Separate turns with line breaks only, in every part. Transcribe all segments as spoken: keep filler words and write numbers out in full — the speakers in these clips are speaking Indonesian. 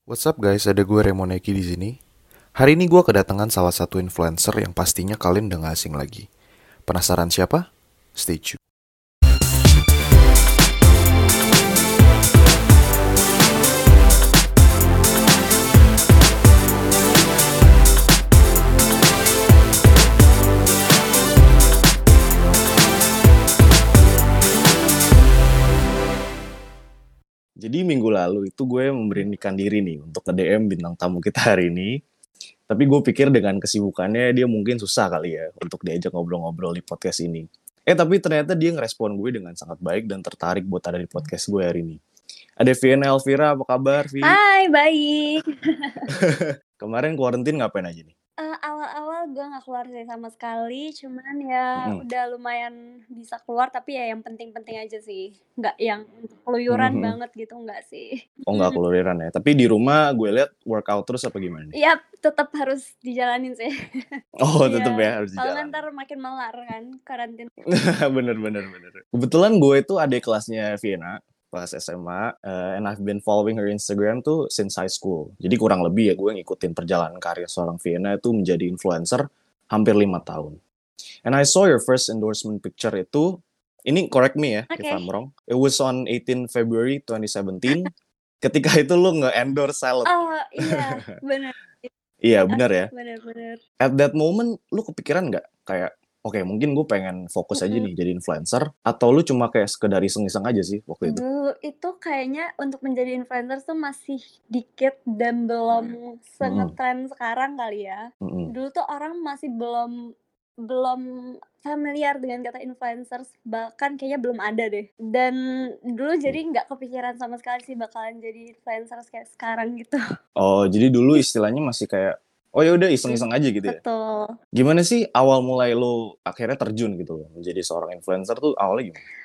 What's up guys, ada gue Remoneki di sini. Hari ini gue kedatangan salah satu influencer yang pastinya kalian udah gak asing lagi. Penasaran siapa? Stay tune.
Jadi minggu lalu itu gue memberanikan diri nih untuk nge-D M bintang tamu kita hari ini. Tapi gue pikir dengan kesibukannya dia mungkin susah kali ya untuk diajak ngobrol-ngobrol di podcast ini. Eh tapi ternyata dia ngerespon gue dengan sangat baik dan tertarik buat ada di podcast gue hari ini. Ada Viena Elvira, apa kabar Vi?
Hai, baik.
Kemarin kuarantin ngapain aja nih?
Uh, awal-awal gue gak keluar sih sama sekali, cuman ya
Mm-mm.
udah lumayan bisa keluar, tapi ya yang penting-penting aja sih. Gak yang keluyuran
Mhm.
banget gitu, enggak sih.
Oh nggak keluyuran ya? Tapi di rumah gue lihat workout terus apa gimana nih?
Iya, tetap harus dijalanin sih.
Oh tetep
Iya,
ya harus
kalau
dijalan.
ntar makin melar kan, karantina.
bener bener bener. Kebetulan gue itu adik kelasnya Viena pas S M A, uh, and I've been following her Instagram tuh since high school. Jadi kurang lebih ya gue ngikutin perjalanan karir seorang Viena itu menjadi influencer hampir lima tahun. And I saw your first endorsement picture itu, ini correct me ya if
Oke.
I'm wrong. It was on eighteenth February twenty seventeen. Ketika itu lu nge-endorse salad.
Oh iya, bener.
Iya bener ya.
Bener-bener.
At that moment lu kepikiran nggak kayak oke okay, mungkin gue pengen fokus aja nih jadi influencer, atau lu cuma kayak sekedar iseng-iseng aja sih waktu itu?
Dulu itu kayaknya untuk menjadi influencer tuh masih dikit dan belum sengetren sekarang kali ya.
Mm-mm.
Dulu tuh orang masih belum belum familiar dengan kata influencers, bahkan kayaknya belum ada deh. Dan dulu jadi nggak kepikiran sama sekali sih bakalan jadi influencer kayak sekarang gitu.
Oh jadi dulu istilahnya masih kayak oh ya udah iseng-iseng aja gitu ya.
Betul.
Gimana sih awal mulai lo akhirnya terjun gitu menjadi seorang influencer tuh awalnya gimana?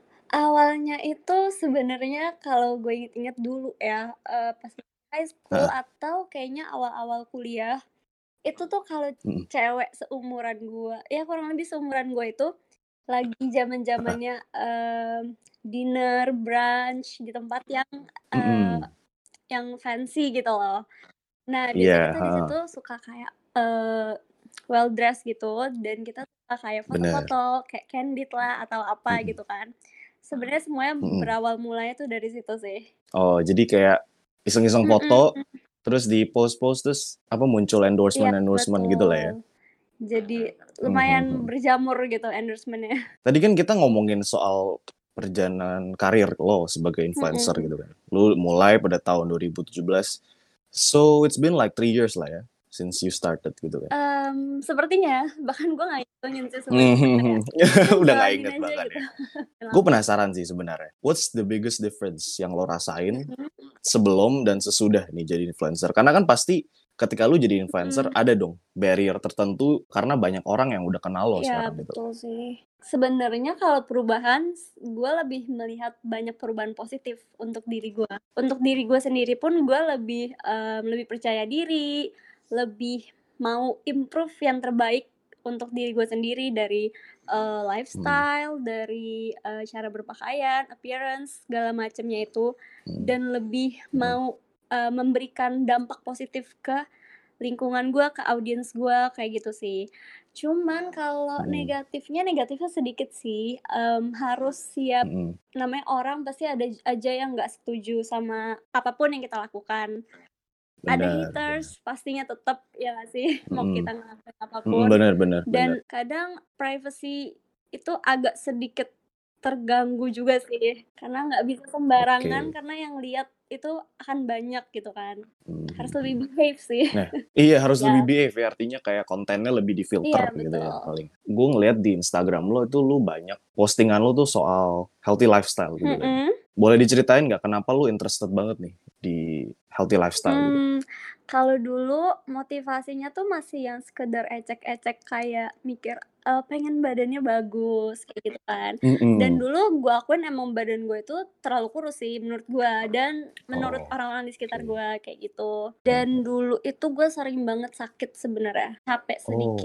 Awalnya itu sebenarnya kalau gue inget-inget dulu ya, uh, pas high school
Hah?
atau kayaknya awal-awal kuliah, itu tuh kalau
Mm-mm.
cewek seumuran gue, ya kurang lebih seumuran gue itu lagi zaman-zamannya um, dinner, brunch di tempat yang uh,
Mm-mm.
yang fancy gitu loh. Nah biasanya
Iya,
kita di
ha.
situ suka kayak uh, well dressed gitu, dan kita suka kayak
Bener.
foto-foto kayak candid lah atau apa
Mm-mm.
gitu kan. Sebenarnya semuanya
Mm-mm.
berawal mulanya tuh dari situ sih.
Oh jadi kayak iseng-iseng foto
Mm-mm.
terus di post-post terus apa muncul endorsement
Iya,
endorsement
betul.
gitu lah ya.
Jadi lumayan
Mm-hmm.
berjamur gitu endorsementnya.
Tadi kan kita ngomongin soal perjalanan karir lo sebagai influencer
Mm-mm.
gitu kan. Lo mulai pada tahun dua ribu tujuh belas. So it's been like three years lah ya since you started gitu kan.
Um, sepertinya bahkan gue nggak ngitungin sih sebenarnya.
Udah nggak inget bahkan
gitu.
ya. Gue penasaran sih sebenarnya. What's the biggest difference yang lo rasain sebelum dan sesudah nih jadi influencer? Karena kan pasti ketika lu jadi influencer
Mm.
ada dong barrier tertentu karena banyak orang yang udah kenal lo
Ya,
sekarang gitu.
betul sih. Sebenarnya kalau perubahan, gue lebih melihat banyak perubahan positif untuk diri gue. Untuk diri gue sendiri pun gue lebih um, lebih percaya diri, lebih mau improve yang terbaik untuk diri gue sendiri dari uh, lifestyle, hmm. dari uh, cara berpakaian, appearance, segala macamnya itu, hmm. dan lebih hmm. mau uh, memberikan dampak positif ke lingkungan gue, ke audiens gue, kayak gitu sih. Cuman kalau hmm. negatifnya, negatifnya sedikit sih. Um, harus siap, hmm. namanya orang pasti ada aja yang gak setuju sama apapun yang kita lakukan. Benar, ada haters, benar. Pastinya tetap ya gak sih, hmm. mau kita ngelakuin apapun.
Benar, benar,
Dan
benar.
kadang privacy itu agak sedikit terganggu juga sih, karena nggak bisa sembarangan, okay. Karena yang lihat itu akan banyak gitu kan. Hmm. Harus lebih behave sih.
Nah, iya harus ya. Lebih behave ya, artinya kayak kontennya lebih difilter
iya,
gitu ya paling. Gue ngeliat di Instagram lo itu lo banyak postingan lo tuh soal healthy lifestyle gitu mm-hmm. kan. Boleh diceritain nggak kenapa lo interested banget nih di healthy lifestyle hmm, gitu?
Kalau dulu motivasinya tuh masih yang sekedar ecek-ecek kayak mikir uh, pengen badannya bagus kayak gitu kan. Mm-hmm. Dan dulu gue akuin emang badan gue itu terlalu kurus sih menurut gue dan menurut oh, orang-orang di sekitar okay. gue kayak gitu. Dan dulu itu gue sering banget sakit sebenarnya, capek sedikit. Oh.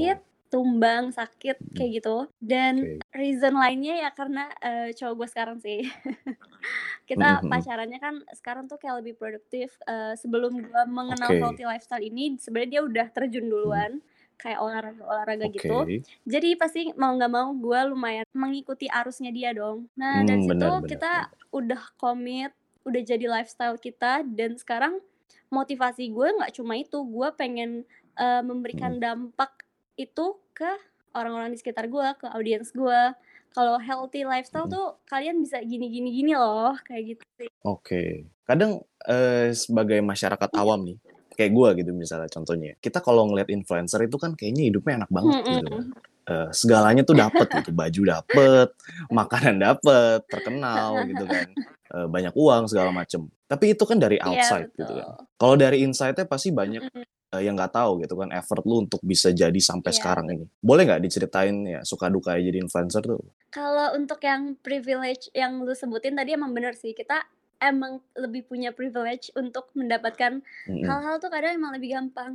tumbang, sakit,
Mhm.
kayak gitu. Dan
Oke.
reason lainnya ya karena, eee, cowok gue sekarang sih.
Mhm
Kita
mhm.
pacarannya kan sekarang tuh kayak lebih produktif, eee, sebelum gue mengenal
Oke.
healthy lifestyle ini sebenarnya dia udah terjun
Mhm.
duluan, kayak olahraga-olahraga gitu.
Oke.
Jadi pasti mau nggak mau gue lumayan mengikuti arusnya dia dong. Nah dari
Mmm,
situ
benar benar
kita
benar.
udah komit, udah jadi lifestyle kita dan sekarang motivasi gue nggak cuma itu, gue pengen, eee, memberikan
Mhm.
dampak itu ke orang-orang di sekitar gue, ke audiens gue. Kalau healthy lifestyle
Mhm.
tuh kalian bisa gini gini gini loh, kayak gitu sih.
Oke. Kadang, eee, sebagai masyarakat
Iya.
awam nih, kayak gue gitu misalnya contohnya, kita kalau ngeliat influencer itu kan kayaknya hidupnya enak banget gitu kan.
Mhm.
Eee, segalanya tuh dapet gitu, baju dapet, makanan dapet, terkenal
Heeh
gitu
heeh.
kan, eee, banyak uang segala macem. Tapi itu kan dari
Iya
outside gitu kan.
betul.
Kalau dari inside-nya pasti banyak,
Mhm.
eee, yang nggak tahu gitu kan effort lu untuk bisa jadi sampai
Iya
sekarang
bet
ini. Boleh nggak diceritain ya suka dukanya jadi influencer tuh?
Kalau untuk yang privilege yang lu sebutin tadi emang bener sih, kita emang lebih punya privilege untuk mendapatkan
Mhm.
hal-hal tuh kadang emang lebih gampang.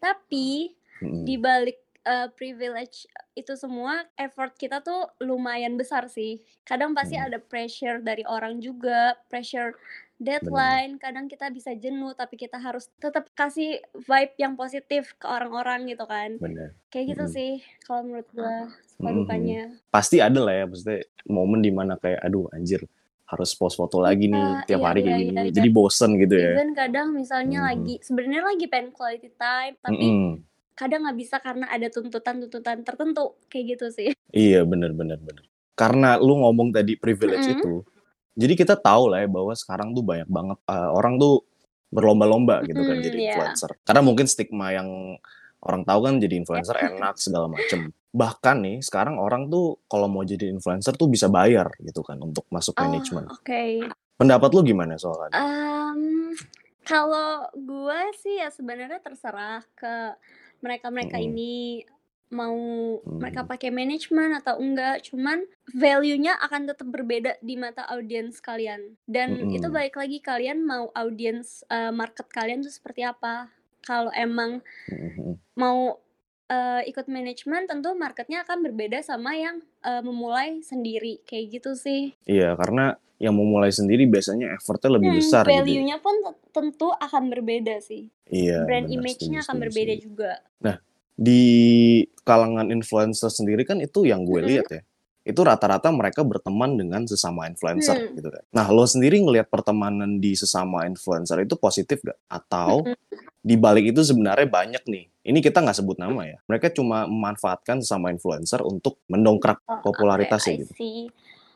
Tapi di
Mhm.
balik, eee, privilege itu semua, effort kita tuh lumayan besar sih. Kadang pasti
Mhm.
ada pressure dari orang juga, pressure
Benar.
deadline, kadang kita bisa jenuh tapi kita harus tetap kasih vibe yang positif ke orang-orang gitu kan.
Benar.
Kayak gitu
Mhm.
sih kalau menurut gue suka
Mhm mhm.
dukanya.
Pasti ada lah ya maksudnya momen di mana kayak, "Aduh anjir harus post foto lagi
Iya
nih, tiap
iya
hari
iya
kayak
iya
gini."
iya.
Jadi bosen gitu ya?
Even kadang misalnya
Mhm.
lagi sebenarnya lagi pengen quality time, tapi
Mhm.
kadang nggak bisa karena ada tuntutan-tuntutan tertentu, kayak gitu sih.
Iya, bener bener bener. Karena lu ngomong tadi privilege
Mhm.
itu, jadi kita tahu lah ya bahwa sekarang tuh banyak banget, eee, orang tuh berlomba-lomba gitu kan
Mhm,
jadi
iya.
influencer. Karena mungkin stigma yang orang tahu kan jadi
Ya.
influencer enak segala macem. Bahkan nih sekarang orang tuh kalau mau jadi influencer tuh bisa bayar gitu kan untuk masuk
Oh,
manajemen.
oke.
Pendapat lu gimana soal ini?
Mmm, kalau gue sih ya sebenarnya terserah ke mereka-mereka
Mhm.
ini, mau mereka
Mhm.
pakai manajemen atau enggak, cuman value-nya akan tetap berbeda di mata audiens kalian. Dan itu
Mhm.
balik lagi kalian mau audiens, eee, market kalian tuh seperti apa. Kalau emang
Mhm mhm.
mau, eee, ikut manajemen tentu market-nya akan berbeda sama yang, eee, memulai sendiri, kayak gitu sih.
Iya, karena yang memulai sendiri biasanya effort-nya lebih
Hmm,
besar gitu ya?
value-nya pun tet tentu akan berbeda sih.
Iya,
Brand
bener, setuju
image-nya akan
setuju
berbeda
setuju.
juga.
Nah, di kalangan influencer sendiri kan itu yang gue
Mhm.
lihat ya, itu rata-rata mereka berteman dengan sesama influencer
Hmm.
gitu kan. Nah, lo sendiri ngelihat pertemanan di sesama influencer itu positif nggak? Atau
Mhm.
di balik itu sebenarnya banyak nih, ini kita nggak sebut nama ya, mereka cuma memanfaatkan sesama influencer untuk mendongkrak
Oh, oke,
popularitasnya
I
gitu?
see.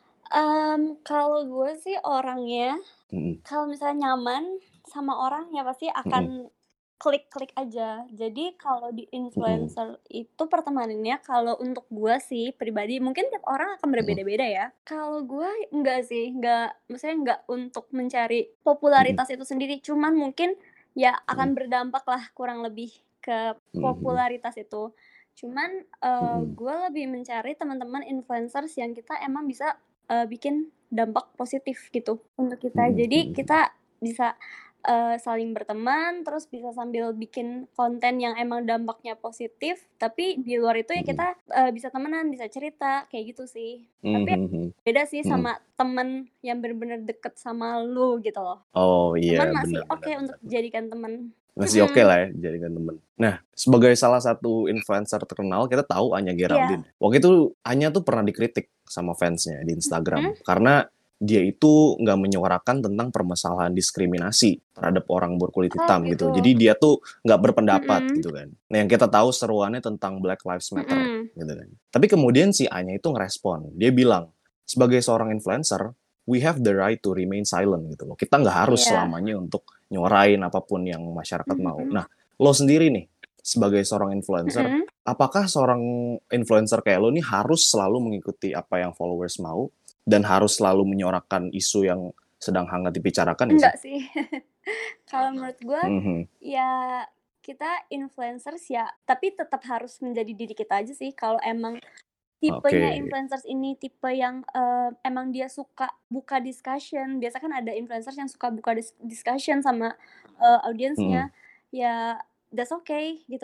Mmm, kalau gue sih orangnya,
Mhm.
kalau misalnya nyaman sama orang ya pasti
Mhm.
akan klik-klik aja. Jadi kalau di
Mhm.
influencer itu pertemanannya kalau untuk gue sih pribadi, mungkin tiap orang akan
Mhm.
berbeda-beda ya. Kalau gue enggak sih, enggak maksudnya enggak untuk mencari
Mhm.
popularitas itu sendiri, cuman mungkin ya
Mhm.
akan berdampak lah kurang lebih ke
Mhm mhm.
popularitas itu. Cuman, eee,
Mhm.
gue lebih mencari teman-teman influencers yang kita emang bisa, eee, bikin dampak positif gitu untuk kita.
Mhm
Jadi
mhm.
kita bisa, eee, saling berteman, terus bisa sambil bikin konten yang emang dampaknya positif, tapi di luar itu ya
Mhm.
kita, eee, bisa temenan, bisa cerita, kayak gitu sih.
Mmm,
Tapi
mhm mhm.
beda sih
Mhm.
sama temen yang bener-bener deket sama lu gitu loh.
Oh, iya,
Cuman masih
bener
oke
bener
untuk
bener bener.
dijadikan temen.
Masih oke
Mhm.
lah ya dijadikan temen. Nah, sebagai salah satu influencer terkenal, kita tahu Anya
Iya.
Geraldine. Waktu itu Anya tuh pernah dikritik sama fans-nya di
Mhm.
Instagram, karena dia itu nggak menyuarakan tentang permasalahan diskriminasi terhadap orang berkulit
Oh
hitam gitu.
gitu.
Jadi dia tuh nggak berpendapat
Mhm.
gitu kan. Nah, yang kita tahu seruannya tentang Black Lives Matter
Mhm.
gitu kan. Tapi kemudian si Anya itu ngerespon, dia bilang, "Sebagai seorang influencer, we have the right to remain silent," gitu loh. Kita nggak harus
Iya.
selamanya untuk nyuarain apapun yang masyarakat mau.
Mhm.
Nah, lo sendiri nih, sebagai seorang influencer,
Mhm.
apakah seorang influencer kayak lo nih harus selalu mengikuti apa yang followers mau dan harus selalu menyuarakan isu yang sedang hangat dibicarakan nggak sih?
Enggak sih. Kalau menurut gue,
Mhm.
ya kita influencers ya, tapi tetap harus menjadi diri kita aja sih. Kalau emang tipenya
Oke.
influencers ini tipe yang, eee, emang dia suka buka discussion, biasa kan ada influencers yang suka buka dis discussion sama, eee,
Mhm.
audiensnya, ya that's okay gitu.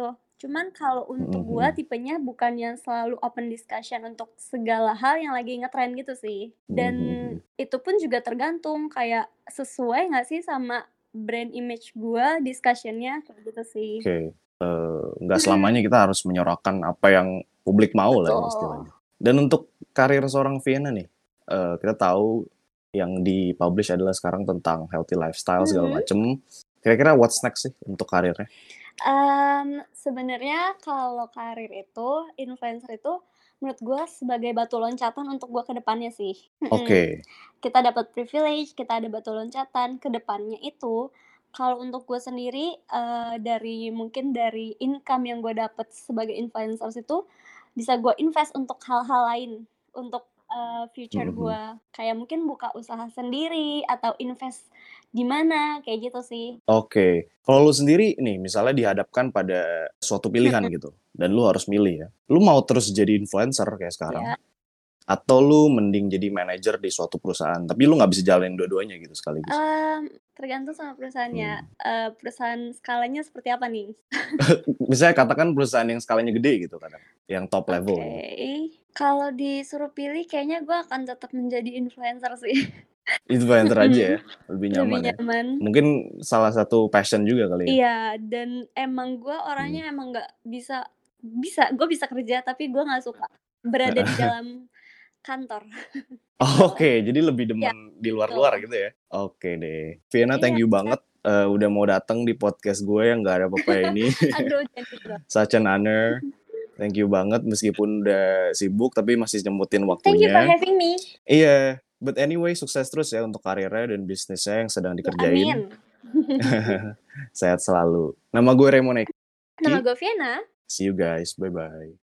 Cuman kalau untuk gue
Mhm.
tipenya bukan yang selalu open discussion untuk segala hal yang lagi ngetren gitu sih. Dan
Mhm.
itu pun juga tergantung kayak sesuai nggak sih sama brand image gue discussionnya kayak gitu sih.
Oke, eee, nggak
Mhm.
selamanya kita harus menyorokkan apa yang publik mau lah ya
Betul.
istilahnya. Dan untuk karir seorang Vienna nih, eee, kita tahu yang di-publish adalah sekarang tentang healthy lifestyle segala
Mhm.
macem. Kira-kira what's next sih untuk karirnya?
Um, sebenarnya kalau karir itu, influencer itu menurut gue sebagai batu loncatan untuk gue ke depannya sih. Mhm.
Oke.
Kita dapat privilege, kita ada batu loncatan ke depannya itu. Kalau untuk gue sendiri, eee, dari mungkin dari income yang gue dapat sebagai influencers itu bisa gue invest untuk hal-hal lain, untuk, eee, future
Mhm.
gue. Kayak mungkin buka usaha sendiri atau invest di mana, kayak gitu sih.
Oke. Kalau lu sendiri nih misalnya dihadapkan pada suatu pilihan
Mhm.
gitu dan lu harus milih ya. Lu mau terus jadi influencer kayak sekarang?
Iya.
Atau lu mending jadi manajer di suatu perusahaan, tapi lu nggak bisa jalanin dua-duanya gitu sekaligus?
Mmm, tergantung sama perusahaannya.
Hmm.
Eee, perusahaan skalanya seperti apa nih?
Misalnya katakan perusahaan yang skalanya gede gitu kadang, yang top level
Oke.
gitu.
Kalau disuruh pilih kayaknya gue akan tetap menjadi influencer sih.
Influencer aja ya,
Mhm.
lebih
Lebih
nyaman ya.
nyaman.
Mungkin salah satu passion juga kali ya?
Iya, dan emang gue
Hmm.
orangnya emang nggak bisa bisa gue bisa kerja tapi gue nggak suka berada di dalam kantor. Gitu.
Oke, jadi lebih
Iya,
demen di
betul.
luar-luar gitu ya? Oke deh. Vienna, thank
Iya.
you banget, eee, udah mau datang di podcast gue yang nggak ada apa-apa ini.
Aduh, jangan gitu dong.
Such an honor. Thank you banget meskipun udah sibuk tapi masih nyempetin
Thank you for
waktunya.
having me.
Iya, but anyway sukses terus ya untuk karirnya dan bisnisnya yang sedang
Ya,
dikerjain.
amin.
Sehat selalu. Nama gue Raymond Eki.
Nama gue Vienna.
See you guys, bye-bye.